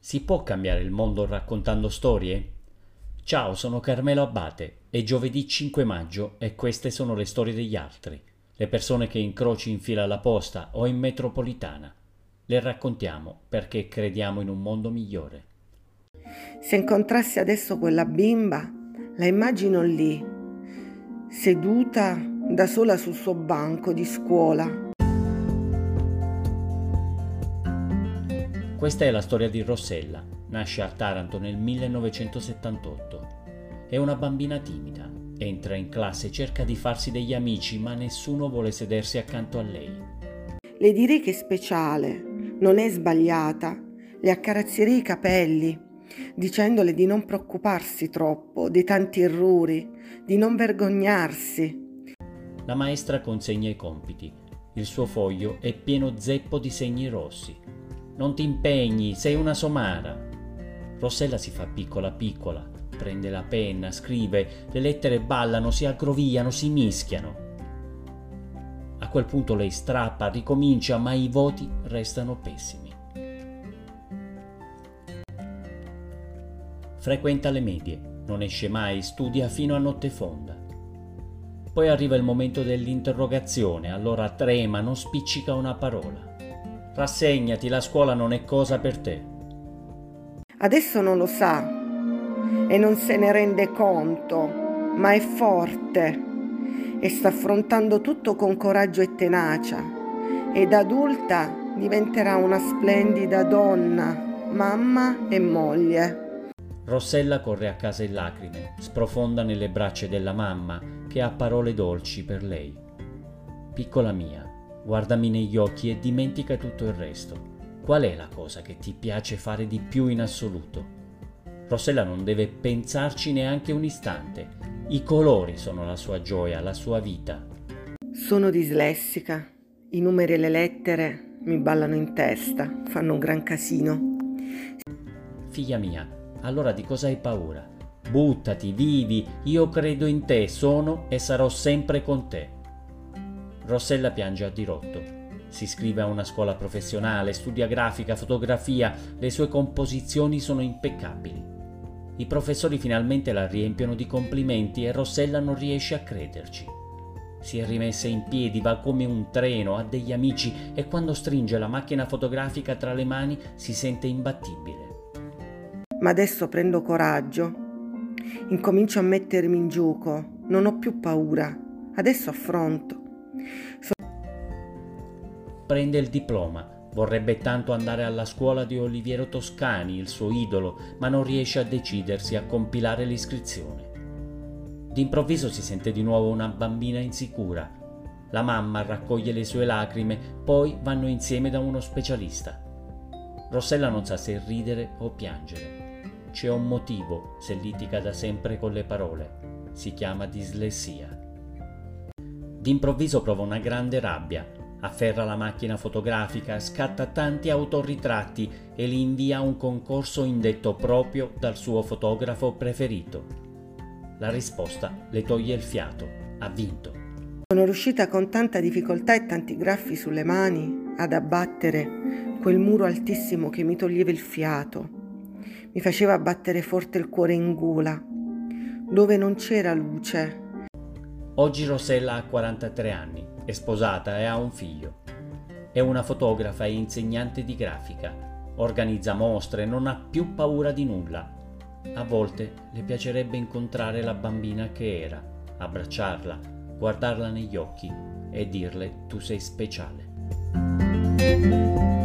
Si può cambiare il mondo raccontando storie? Ciao, sono Carmelo Abate, è giovedì 5 maggio e queste sono le storie degli altri, le persone che incroci in fila alla posta o in metropolitana. Le raccontiamo perché crediamo in un mondo migliore. Se incontrassi adesso quella bimba, la immagino lì, seduta da sola sul suo banco di scuola. Questa è la storia di Rossella, nasce a Taranto nel 1978. È una bambina timida, entra in classe e cerca di farsi degli amici, ma nessuno vuole sedersi accanto a lei. Le direi che è speciale, non è sbagliata, le accarezzerei i capelli, dicendole di non preoccuparsi troppo dei tanti errori, di non vergognarsi. La maestra consegna i compiti. Il suo foglio è pieno zeppo di segni rossi. Non ti impegni, sei una somara. Rossella si fa piccola piccola, prende la penna, scrive, le lettere ballano, si aggrovigliano, si mischiano. A quel punto lei strappa, ricomincia, ma i voti restano pessimi. Frequenta le medie, non esce mai, studia fino a notte fonda. Poi arriva il momento dell'interrogazione, allora trema, non spiccica una parola. Rassegnati, la scuola non è cosa per te. Adesso non lo sa e non se ne rende conto, ma è forte e sta affrontando tutto con coraggio e tenacia. E da adulta diventerà una splendida donna, mamma e moglie. Rossella corre a casa in lacrime, sprofonda nelle braccia della mamma che ha parole dolci per lei. Piccola mia, guardami negli occhi e dimentica tutto il resto. Qual è la cosa che ti piace fare di più in assoluto? Rossella non deve pensarci neanche un istante. I colori sono la sua gioia, la sua vita. Sono dislessica. I numeri e le lettere mi ballano in testa, fanno un gran casino. Figlia mia, allora di cosa hai paura? Buttati, vivi, io credo in te, sono e sarò sempre con te. Rossella piange a dirotto. Si iscrive a una scuola professionale, studia grafica, fotografia, le sue composizioni sono impeccabili. I professori finalmente la riempiono di complimenti e Rossella non riesce a crederci. Si è rimessa in piedi, va come un treno, ha degli amici e quando stringe la macchina fotografica tra le mani si sente imbattibile. Ma adesso prendo coraggio, incomincio a mettermi in gioco, non ho più paura, adesso affronto. Prende il diploma, vorrebbe tanto andare alla scuola di Oliviero Toscani, il suo idolo, ma non riesce a decidersi a compilare l'iscrizione. D'improvviso si sente di nuovo una bambina insicura. La mamma raccoglie le sue lacrime, poi vanno insieme da uno specialista. Rossella non sa se ridere o piangere. C'è un motivo se litiga da sempre con le parole. Si chiama dislessia. D'improvviso prova una grande rabbia. Afferra la macchina fotografica, scatta tanti autoritratti e li invia a un concorso indetto proprio dal suo fotografo preferito. La risposta le toglie il fiato. Ha vinto. Sono riuscita con tanta difficoltà e tanti graffi sulle mani ad abbattere quel muro altissimo che mi toglieva il fiato. Mi faceva battere forte il cuore in gola, dove non c'era luce. Oggi Rossella ha 43 anni, è sposata e ha un figlio. È una fotografa e insegnante di grafica. Organizza mostre, non ha più paura di nulla. A volte le piacerebbe incontrare la bambina che era, abbracciarla, guardarla negli occhi e dirle tu sei speciale.